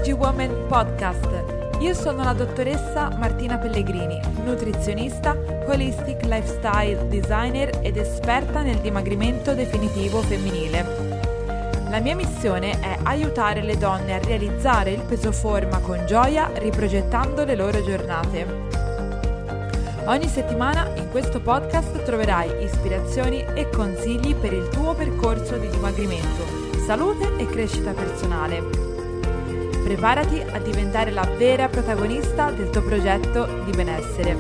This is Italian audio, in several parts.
Energy Woman Podcast. Io sono la dottoressa Martina Pellegrini, nutrizionista, holistic lifestyle designer ed esperta nel dimagrimento definitivo femminile. La mia missione è aiutare le donne a realizzare il peso forma con gioia, riprogettando le loro giornate. Ogni settimana in questo podcast troverai ispirazioni e consigli per il tuo percorso di dimagrimento, salute e crescita personale. Preparati a diventare la vera protagonista del tuo progetto di benessere.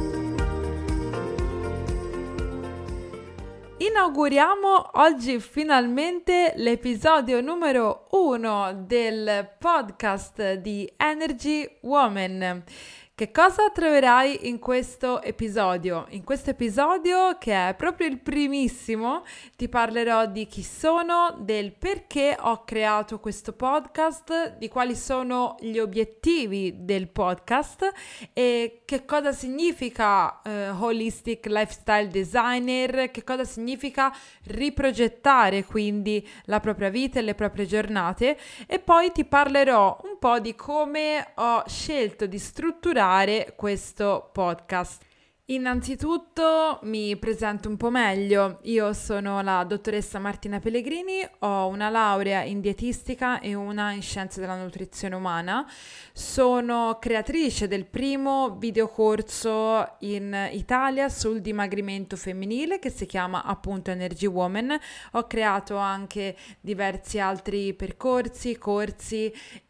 Inauguriamo oggi finalmente l'episodio numero 1 del podcast di Energy Woman. Che cosa troverai in questo episodio? In questo episodio, che è proprio il primissimo, ti parlerò di chi sono, del perché ho creato questo podcast, di quali sono gli obiettivi del podcast e che cosa significa holistic lifestyle designer, che cosa significa riprogettare quindi la propria vita e le proprie giornate, e poi ti parlerò un po' di come ho scelto di strutturare questo podcast. Innanzitutto mi presento un po' meglio. Io sono la dottoressa Martina Pellegrini, ho una laurea in dietistica e una in scienze della nutrizione umana. Sono creatrice del primo videocorso in Italia sul dimagrimento femminile che si chiama appunto Energy Woman. Ho creato anche diversi altri percorsi, corsi,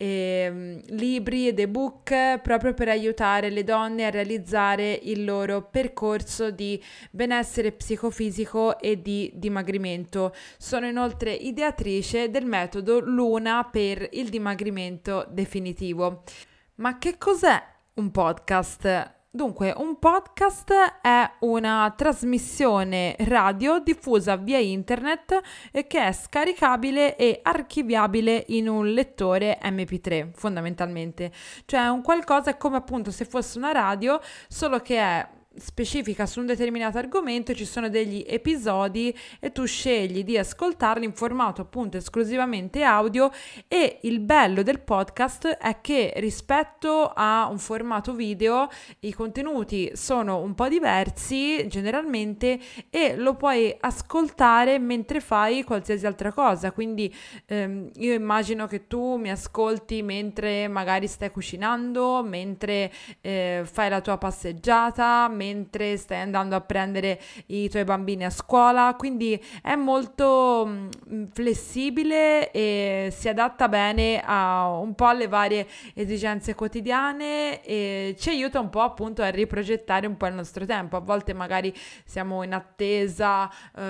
libri ed ebook proprio per aiutare le donne a realizzare il loro percorso di benessere psicofisico e di dimagrimento. Sono inoltre ideatrice del metodo Luna per il dimagrimento definitivo. Ma che cos'è un podcast? Dunque, un podcast è una trasmissione radio diffusa via internet e che è scaricabile e archiviabile in un lettore MP3, fondamentalmente. Cioè, un qualcosa è come appunto se fosse una radio, solo che è specifica su un determinato argomento, ci sono degli episodi e tu scegli di ascoltarli in formato appunto esclusivamente audio, e il bello del podcast è che rispetto a un formato video i contenuti sono un po' diversi generalmente e lo puoi ascoltare mentre fai qualsiasi altra cosa, quindi io immagino che tu mi ascolti mentre magari stai cucinando, mentre fai la tua passeggiata, mentre stai andando a prendere i tuoi bambini a scuola, quindi è molto flessibile e si adatta bene a un po' alle varie esigenze quotidiane e ci aiuta un po' appunto a riprogettare un po' il nostro tempo. A volte magari siamo in attesa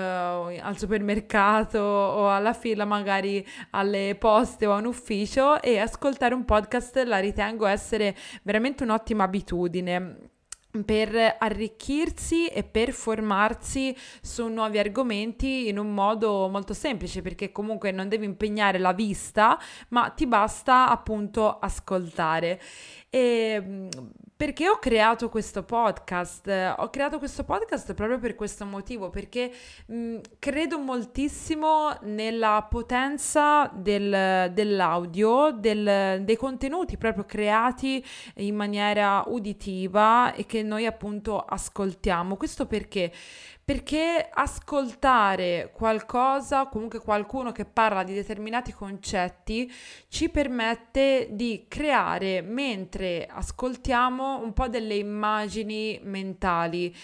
al supermercato o alla fila magari alle poste o a un ufficio, e ascoltare un podcast la ritengo essere veramente un'ottima abitudine per arricchirsi e per formarsi su nuovi argomenti in un modo molto semplice, perché comunque non devi impegnare la vista, ma ti basta appunto ascoltare. E perché ho creato questo podcast? Ho creato questo podcast proprio per questo motivo, perché credo moltissimo nella potenza dell'audio, dei contenuti proprio creati in maniera uditiva e che noi appunto ascoltiamo. Questo perché ascoltare qualcosa, comunque qualcuno che parla di determinati concetti, ci permette di creare, mentre ascoltiamo, un po' delle immagini mentali,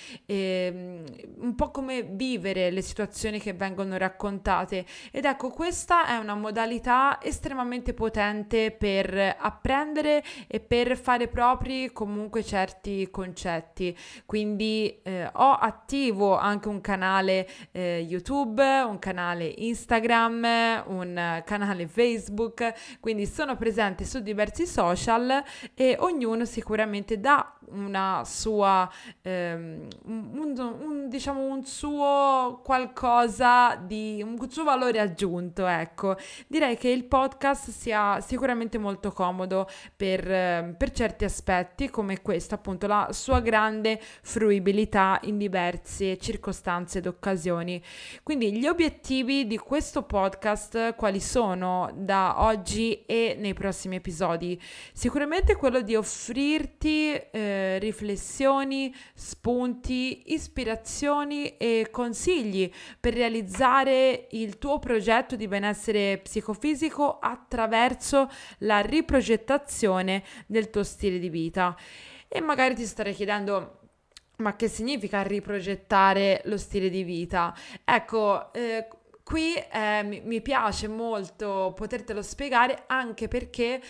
un po' come vivere le situazioni che vengono raccontate. Ed ecco, questa è una modalità estremamente potente per apprendere e per fare propri comunque certi concetti. Quindi ho attivo anche un canale YouTube, un canale Instagram, un canale Facebook, quindi sono presente su diversi social e ognuno sicuramente dà una sua un diciamo un suo qualcosa un suo valore aggiunto, ecco. Direi che il podcast sia sicuramente molto comodo per certi aspetti, come questo, appunto, la sua grande fruibilità in diverse circostanze ed occasioni. Quindi gli obiettivi di questo podcast quali sono da oggi e nei prossimi episodi? Sicuramente quello di offrirti riflessioni, spunti, ispirazioni e consigli per realizzare il tuo progetto di benessere psicofisico attraverso la riprogettazione del tuo stile di vita. E magari ti starei chiedendo: ma che significa riprogettare lo stile di vita? Ecco, qui mi piace molto potertelo spiegare, anche perché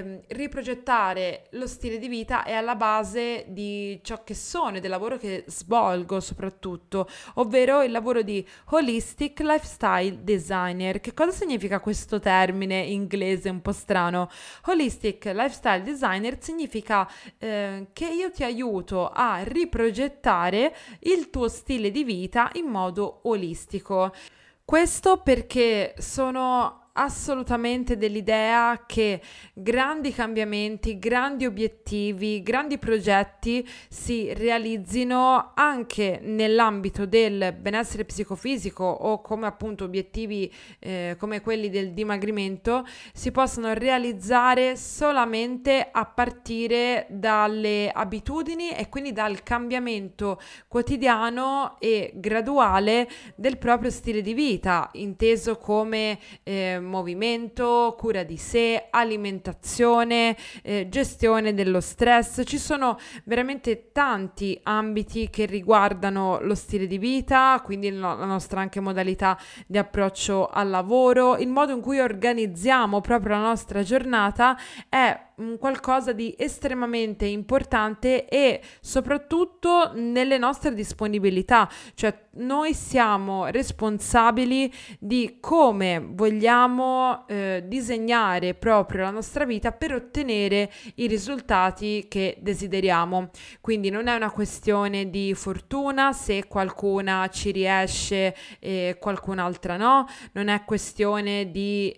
riprogettare lo stile di vita è alla base di ciò che sono e del lavoro che svolgo soprattutto, ovvero il lavoro di Holistic Lifestyle Designer. Che cosa significa questo termine inglese un po' strano? Holistic Lifestyle Designer significa che io ti aiuto a riprogettare il tuo stile di vita in modo olistico. Questo perché sono assolutamente dell'idea che grandi cambiamenti, grandi obiettivi, grandi progetti si realizzino anche nell'ambito del benessere psicofisico, o come appunto obiettivi come quelli del dimagrimento, si possono realizzare solamente a partire dalle abitudini e quindi dal cambiamento quotidiano e graduale del proprio stile di vita, inteso come movimento, cura di sé, alimentazione, gestione dello stress. Ci sono veramente tanti ambiti che riguardano lo stile di vita, quindi la nostra anche modalità di approccio al lavoro, il modo in cui organizziamo proprio la nostra giornata è un qualcosa di estremamente importante, e soprattutto nelle nostre disponibilità, cioè noi siamo responsabili di come vogliamo disegnare proprio la nostra vita per ottenere i risultati che desideriamo. Quindi non è una questione di fortuna se qualcuna ci riesce e qualcun'altra no, non è questione di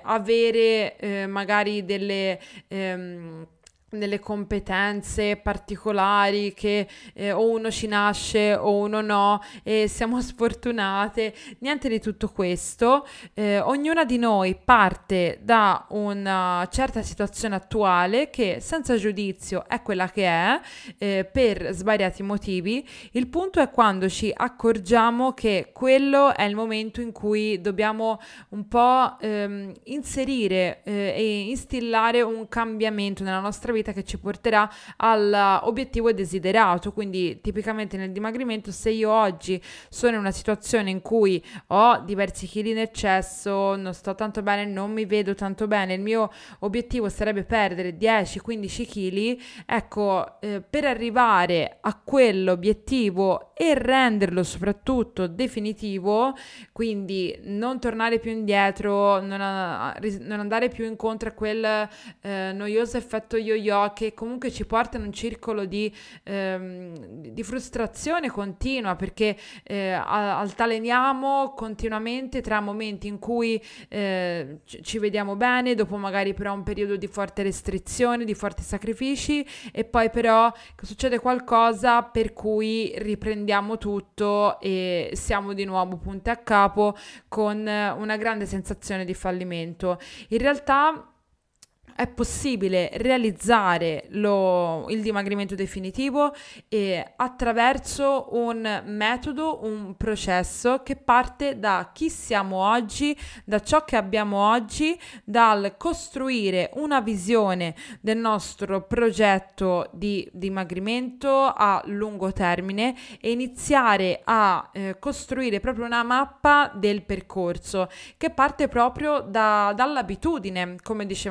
avere magari delle competenze particolari che o uno ci nasce o uno no e siamo sfortunate. Niente di tutto questo. Ognuna di noi parte da una certa situazione attuale che senza giudizio è quella che è, per svariati motivi. Il punto è quando ci accorgiamo che quello è il momento in cui dobbiamo un po' inserire e instillare un cambiamento nella nostra vita che ci porterà all'obiettivo desiderato. Quindi tipicamente nel dimagrimento, se io oggi sono in una situazione in cui ho diversi chili in eccesso, non sto tanto bene, non mi vedo tanto bene, il mio obiettivo sarebbe perdere 10-15 kg, ecco, per arrivare a quell'obiettivo e renderlo soprattutto definitivo, quindi non tornare più indietro, non andare più incontro a quel noioso effetto yo-yo che comunque ci porta in un circolo di frustrazione continua, perché altaleniamo continuamente tra momenti in cui ci vediamo bene, dopo magari però un periodo di forte restrizione, di forti sacrifici, e poi però succede qualcosa per cui riprendiamo tutto e siamo di nuovo punti a capo con una grande sensazione di fallimento. In realtà è possibile realizzare il dimagrimento definitivo attraverso un metodo, un processo che parte da chi siamo oggi, da ciò che abbiamo oggi, dal costruire una visione del nostro progetto di dimagrimento a lungo termine e iniziare a costruire proprio una mappa del percorso che parte proprio dall'abitudine, come dicevamo prima.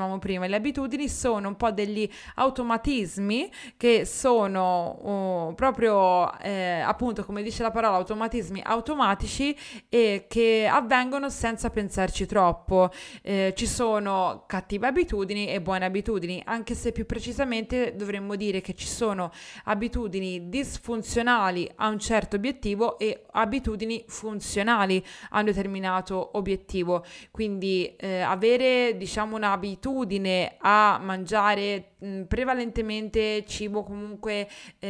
le abitudini sono un po' degli automatismi che sono proprio appunto, come dice la parola, automatismi automatici e che avvengono senza pensarci troppo. Ci sono cattive abitudini e buone abitudini, anche se più precisamente dovremmo dire che ci sono abitudini disfunzionali a un certo obiettivo e abitudini funzionali a un determinato obiettivo. Quindi avere, diciamo, un'abitudine a mangiare prevalentemente cibo comunque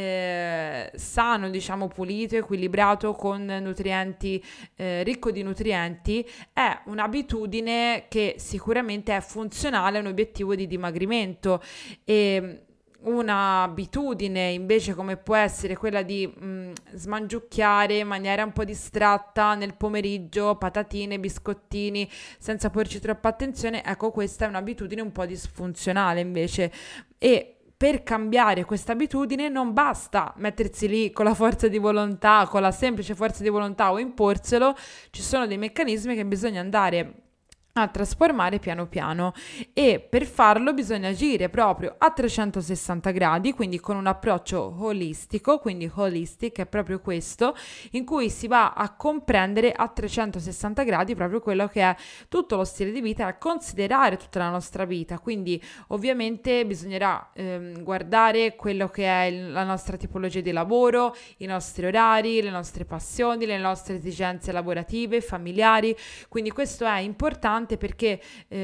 sano, diciamo pulito, equilibrato, con nutrienti, ricco di nutrienti, è un'abitudine che sicuramente è funzionale a un obiettivo di dimagrimento. E un'abitudine invece come può essere quella di smangiucchiare in maniera un po' distratta nel pomeriggio patatine, biscottini senza porci troppa attenzione, ecco, questa è un'abitudine un po' disfunzionale invece. E per cambiare questa abitudine non basta mettersi lì con la forza di volontà, con la semplice forza di volontà, o imporselo. Ci sono dei meccanismi che bisogna andare a trasformare piano piano, e per farlo bisogna agire proprio a 360 gradi, quindi con un approccio holistico, quindi holistic è proprio questo, in cui si va a comprendere a 360 gradi proprio quello che è tutto lo stile di vita, a considerare tutta la nostra vita. Quindi ovviamente bisognerà guardare quello che è la nostra tipologia di lavoro, i nostri orari, le nostre passioni, le nostre esigenze lavorative, familiari. Quindi questo è importante perché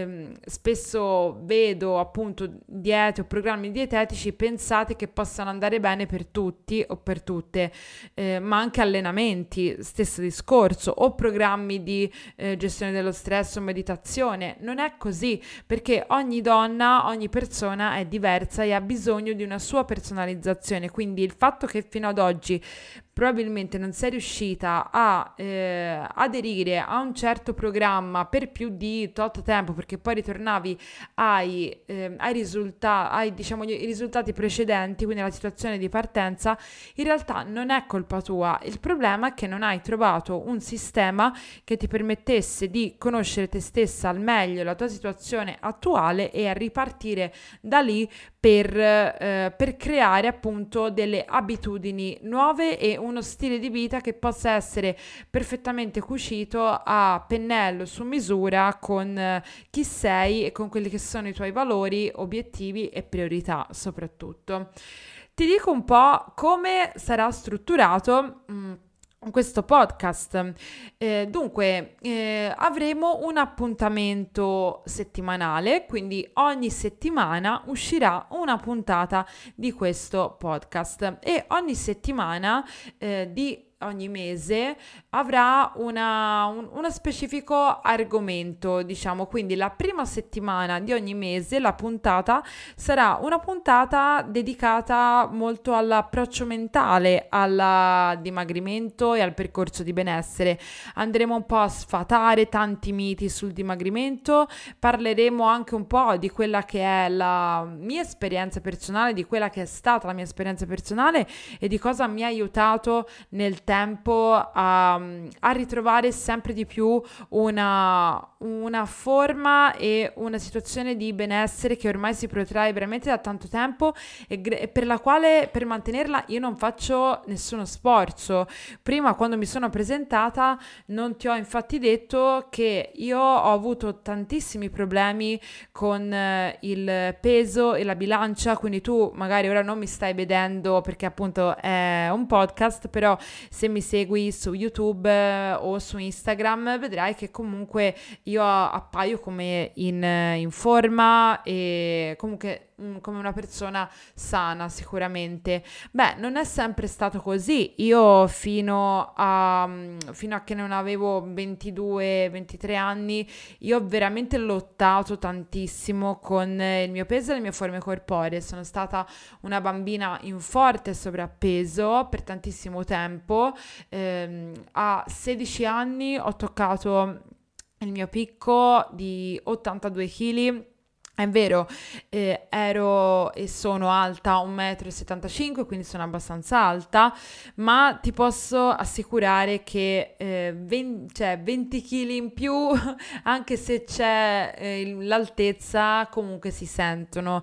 spesso vedo appunto diete o programmi dietetici pensate che possano andare bene per tutti o per tutte, ma anche allenamenti, stesso discorso, o programmi di gestione dello stress o meditazione. Non è così, perché ogni donna, ogni persona è diversa e ha bisogno di una sua personalizzazione. Quindi il fatto che fino ad oggi probabilmente non sei riuscita a aderire a un certo programma per più di tot tempo, perché poi ritornavi ai risultati, diciamo, i risultati precedenti, quindi alla situazione di partenza, in realtà non è colpa tua. Il problema è che non hai trovato un sistema che ti permettesse di conoscere te stessa al meglio, la tua situazione attuale, e a ripartire da lì per creare appunto delle abitudini nuove e uno stile di vita che possa essere perfettamente cucito a pennello su misura con chi sei e con quelli che sono i tuoi valori, obiettivi e priorità soprattutto. Ti dico un po' come sarà strutturato questo podcast. Dunque avremo un appuntamento settimanale, quindi ogni settimana uscirà una puntata di questo podcast, e ogni settimana di ogni mese avrà uno specifico argomento, diciamo. Quindi la prima settimana di ogni mese la puntata sarà una puntata dedicata molto all'approccio mentale al dimagrimento e al percorso di benessere. Andremo un po' a sfatare tanti miti sul dimagrimento, parleremo anche un po' di quella che è la mia esperienza personale, di quella che è stata la mia esperienza personale e di cosa mi ha aiutato nel tempo a ritrovare sempre di più una forma e una situazione di benessere che ormai si protrae veramente da tanto tempo e per la quale, per mantenerla, io non faccio nessuno sforzo. Prima, quando mi sono presentata, non ti ho infatti detto che io ho avuto tantissimi problemi con il peso e la bilancia, quindi tu magari ora non mi stai vedendo perché appunto è un podcast, però se mi segui su YouTube o su Instagram vedrai che comunque io appaio come in forma e comunque come una persona sana sicuramente. Beh, non è sempre stato così. Io fino a che non avevo 22-23 anni, io ho veramente lottato tantissimo con il mio peso e le mie forme corporee. Sono stata una bambina in forte sovrappeso per tantissimo tempo. A 16 anni ho toccato il mio picco di 82 kg È vero, ero e sono alta 1,75 m, quindi sono abbastanza alta, ma ti posso assicurare che 20 kg in più, anche se c'è l'altezza, comunque si sentono.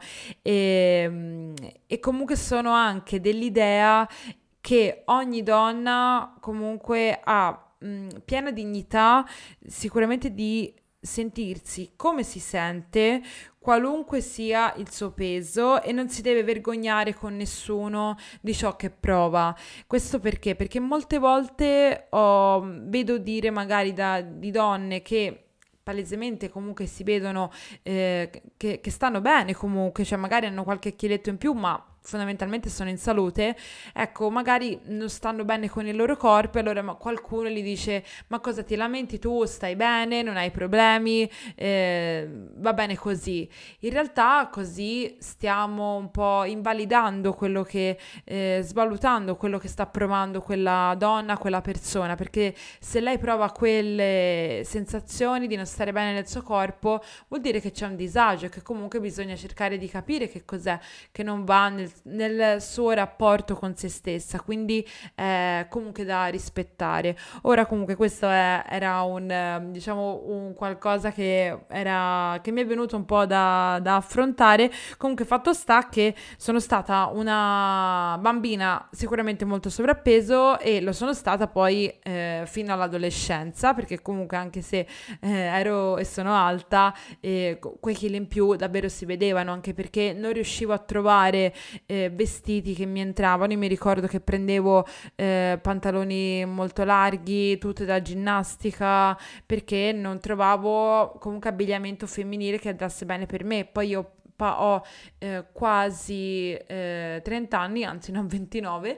E comunque sono anche dell'idea che ogni donna comunque ha piena dignità sicuramente di sentirsi come si sente, qualunque sia il suo peso, e non si deve vergognare con nessuno di ciò che prova. Questo perché? Perché molte volte vedo dire magari di donne che palesemente comunque si vedono che stanno bene comunque, cioè magari hanno qualche chiletto in più, ma fondamentalmente sono in salute, ecco, magari non stanno bene con il loro corpo, e allora qualcuno gli dice: ma cosa ti lamenti, tu stai bene, non hai problemi, va bene così. In realtà così stiamo un po' invalidando quello che, svalutando quello che sta provando quella donna, quella persona, perché se lei prova quelle sensazioni di non stare bene nel suo corpo, vuol dire che c'è un disagio, e che comunque bisogna cercare di capire che cos'è che non va nel suo rapporto con se stessa, quindi comunque da rispettare. Ora comunque questo era diciamo un qualcosa che mi è venuto un po' da affrontare. Comunque fatto sta che sono stata una bambina sicuramente molto sovrappeso, e lo sono stata poi fino all'adolescenza, perché comunque anche se ero e sono alta, quei chili in più davvero si vedevano, anche perché non riuscivo a trovare vestiti che mi entravano. Io mi ricordo che prendevo pantaloni molto larghi, tutte da ginnastica, perché non trovavo comunque abbigliamento femminile che andasse bene per me. Poi io ho quasi 30 anni, anzi non 29,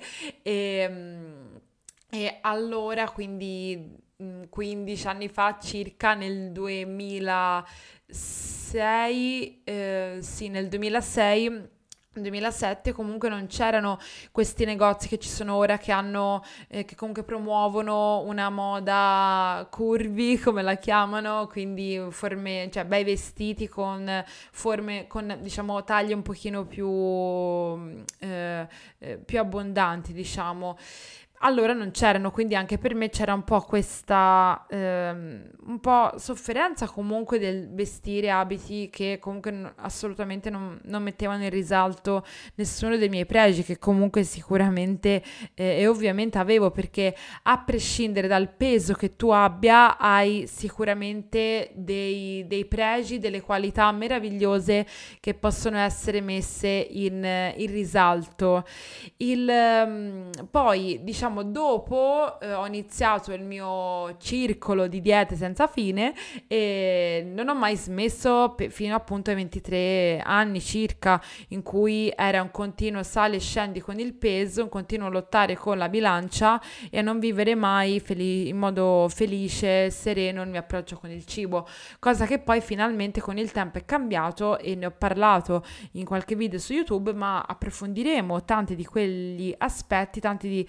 e allora quindi 15 anni fa circa, nel 2006, sì, nel 2007 comunque non c'erano questi negozi che ci sono ora, che hanno che comunque promuovono una moda curvy, come la chiamano, quindi forme, cioè bei vestiti con forme, con diciamo taglie un pochino più abbondanti, diciamo. Allora non c'erano, quindi anche per me c'era un po' questa un po' sofferenza comunque del vestire abiti che comunque assolutamente non mettevano in risalto nessuno dei miei pregi, che comunque sicuramente e ovviamente avevo, perché a prescindere dal peso che tu abbia hai sicuramente dei pregi, delle qualità meravigliose che possono essere messe in risalto. Poi, diciamo, dopo ho iniziato il mio circolo di diete senza fine, e non ho mai smesso fino appunto ai 23 anni circa, in cui era un continuo sali e scendi con il peso, un continuo lottare con la bilancia, e a non vivere mai in modo felice, sereno il mio approccio con il cibo, cosa che poi finalmente con il tempo è cambiato, e ne ho parlato in qualche video su YouTube, ma approfondiremo tanti di quegli aspetti, tanti di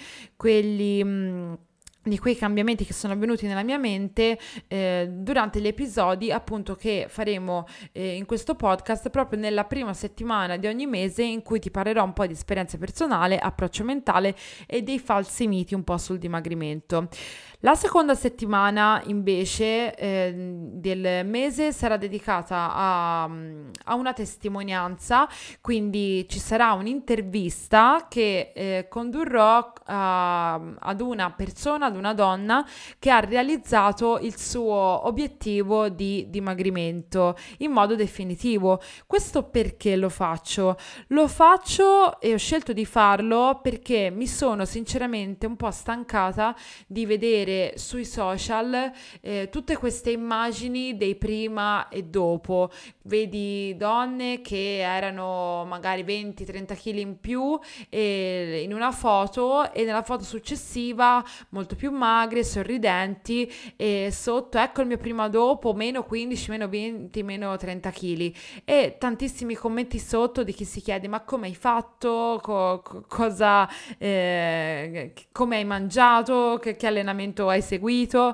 quei cambiamenti che sono avvenuti nella mia mente durante gli episodi appunto che faremo in questo podcast, proprio nella prima settimana di ogni mese, in cui ti parlerò un po' di esperienza personale, approccio mentale e dei falsi miti un po' sul dimagrimento. La seconda settimana invece del mese sarà dedicata a una testimonianza, quindi ci sarà un'intervista che condurrò ad una persona, ad una donna che ha realizzato il suo obiettivo di dimagrimento in modo definitivo. Questo perché lo faccio? Lo faccio e ho scelto di farlo perché mi sono sinceramente un po' stancata di vedere sui social tutte queste immagini dei prima e dopo. Vedi donne che erano magari 20-30 kg in più in una foto, e nella foto successiva molto più più magre, sorridenti, e sotto ecco il mio prima dopo, meno 15, meno 20, meno 30 kg, e tantissimi commenti sotto di chi si chiede ma come hai fatto, cosa, come hai mangiato, che allenamento hai seguito,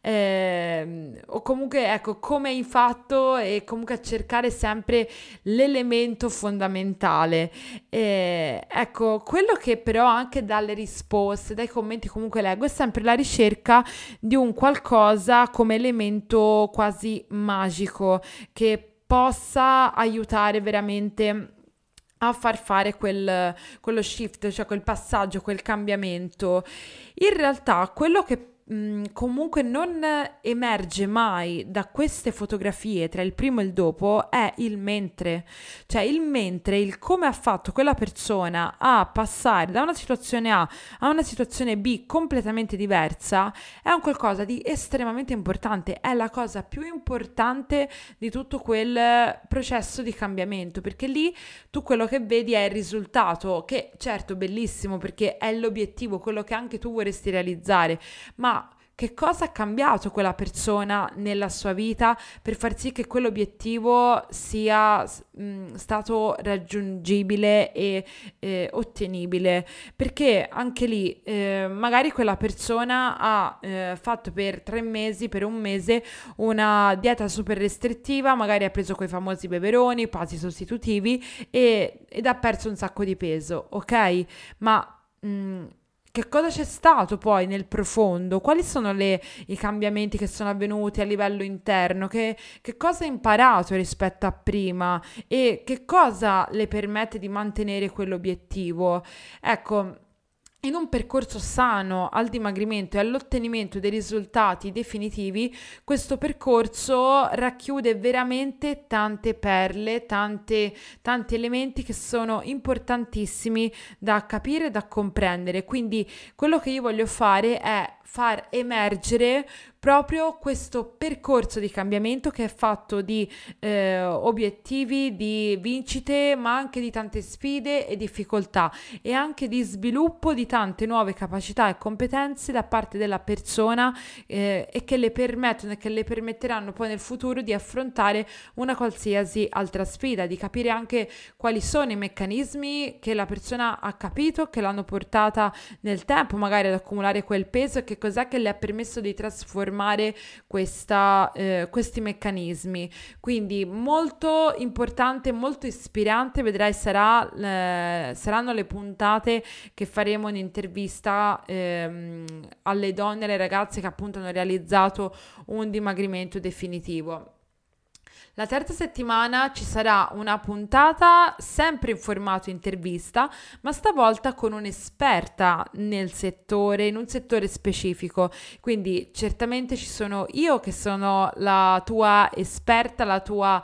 o comunque ecco come hai fatto, e comunque a cercare sempre l'elemento fondamentale. Ecco, quello che però anche dalle risposte, dai commenti comunque leggo, è sempre la ricerca di un qualcosa come elemento quasi magico che possa aiutare veramente a far fare quello shift, cioè quel passaggio, quel cambiamento. In realtà quello che comunque non emerge mai da queste fotografie tra il primo e il dopo è il mentre, cioè il mentre, il come ha fatto quella persona a passare da una situazione A a una situazione B completamente diversa, è un qualcosa di estremamente importante, è la cosa più importante di tutto quel processo di cambiamento, perché lì tu quello che vedi è il risultato, che certo bellissimo perché è l'obiettivo, quello che anche tu vorresti realizzare, ma che cosa ha cambiato quella persona nella sua vita per far sì che quell'obiettivo sia stato raggiungibile e ottenibile? Perché anche lì magari quella persona ha fatto per 3 mesi, per un mese, una dieta super restrittiva, magari ha preso quei famosi beveroni, pasti sostitutivi ed ha perso un sacco di peso, ok? Ma che cosa c'è stato poi nel profondo? Quali sono i cambiamenti che sono avvenuti a livello interno? Che cosa ha imparato rispetto a prima? E che cosa le permette di mantenere quell'obiettivo? Ecco, in un percorso sano al dimagrimento e all'ottenimento dei risultati definitivi, questo percorso racchiude veramente tante perle, tanti elementi che sono importantissimi da capire e da comprendere. Quindi quello che io voglio fare è far emergere proprio questo percorso di cambiamento che è fatto di obiettivi, di vincite, ma anche di tante sfide e difficoltà, e anche di sviluppo di tante nuove capacità e competenze da parte della persona, e che le permettono e che le permetteranno poi nel futuro di affrontare una qualsiasi altra sfida, di capire anche quali sono i meccanismi che la persona ha capito, che l'hanno portata nel tempo magari ad accumulare quel peso, e che cos'è che le ha permesso di trasformare questi meccanismi. Quindi molto importante, molto ispirante, vedrai saranno le puntate che faremo in intervista alle donne, alle ragazze che appunto hanno realizzato un dimagrimento definitivo. La terza settimana ci sarà una puntata sempre in formato intervista, ma stavolta con un'esperta nel settore, in un settore specifico. Quindi certamente ci sono io che sono la tua esperta, la tua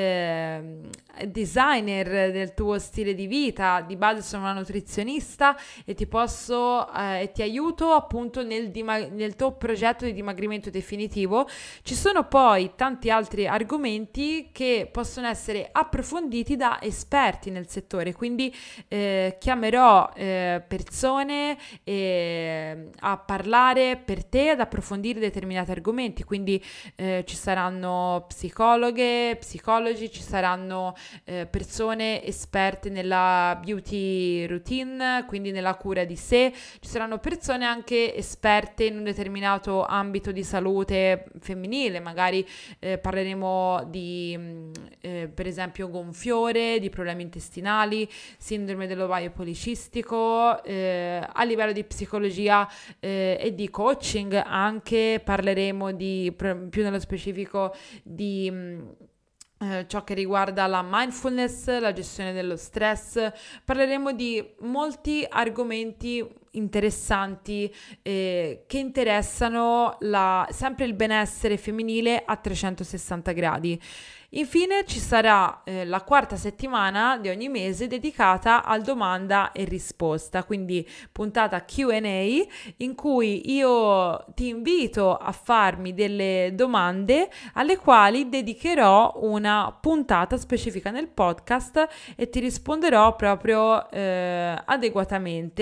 designer del tuo stile di vita. Di base sono una nutrizionista e ti aiuto appunto nel tuo progetto di dimagrimento definitivo. Ci sono poi tanti altri argomenti che possono essere approfonditi da esperti nel settore, quindi chiamerò persone a parlare per te, ad approfondire determinati argomenti, quindi ci saranno psicologhe, psicologi, ci saranno persone esperte nella beauty routine, quindi nella cura di sé, ci saranno persone anche esperte in un determinato ambito di salute femminile, magari parleremo di per esempio gonfiore, di problemi intestinali, sindrome dell'ovaio policistico, a livello di psicologia e di coaching anche parleremo più nello specifico di ciò che riguarda la mindfulness, la gestione dello stress. Parleremo di molti argomenti interessanti che interessano sempre il benessere femminile a 360 gradi. Infine ci sarà la quarta settimana di ogni mese dedicata al domanda e risposta, quindi puntata Q&A in cui io ti invito a farmi delle domande alle quali dedicherò una puntata specifica nel podcast e ti risponderò proprio adeguatamente.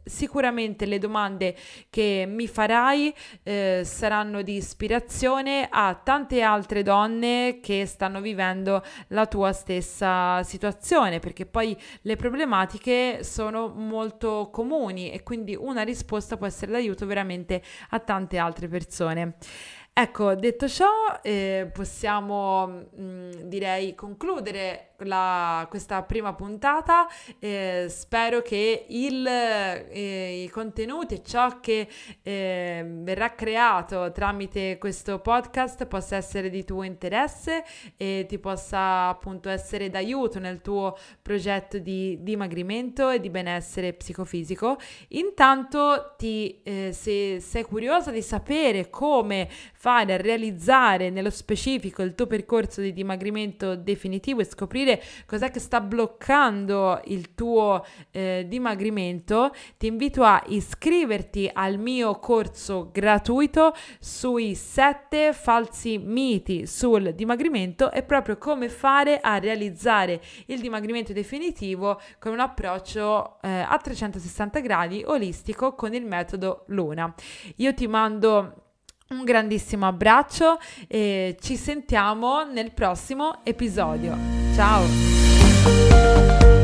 sicuramente le domande che mi farai saranno di ispirazione a tante altre donne che stanno vivendo la tua stessa situazione, perché poi le problematiche sono molto comuni e quindi una risposta può essere d'aiuto veramente a tante altre persone. Ecco, detto ciò, possiamo direi concludere questa prima puntata. Spero che i contenuti e ciò che verrà creato tramite questo podcast possa essere di tuo interesse e ti possa appunto essere d'aiuto nel tuo progetto di dimagrimento e di benessere psicofisico. Intanto se sei curiosa di sapere come fare a realizzare nello specifico il tuo percorso di dimagrimento definitivo e scoprire cos'è che sta bloccando il tuo dimagrimento, ti invito a iscriverti al mio corso gratuito sui 7 falsi miti sul dimagrimento e proprio come fare a realizzare il dimagrimento definitivo con un approccio a 360 gradi olistico con il metodo Luna. Io ti mando un grandissimo abbraccio e ci sentiamo nel prossimo episodio. Ciao!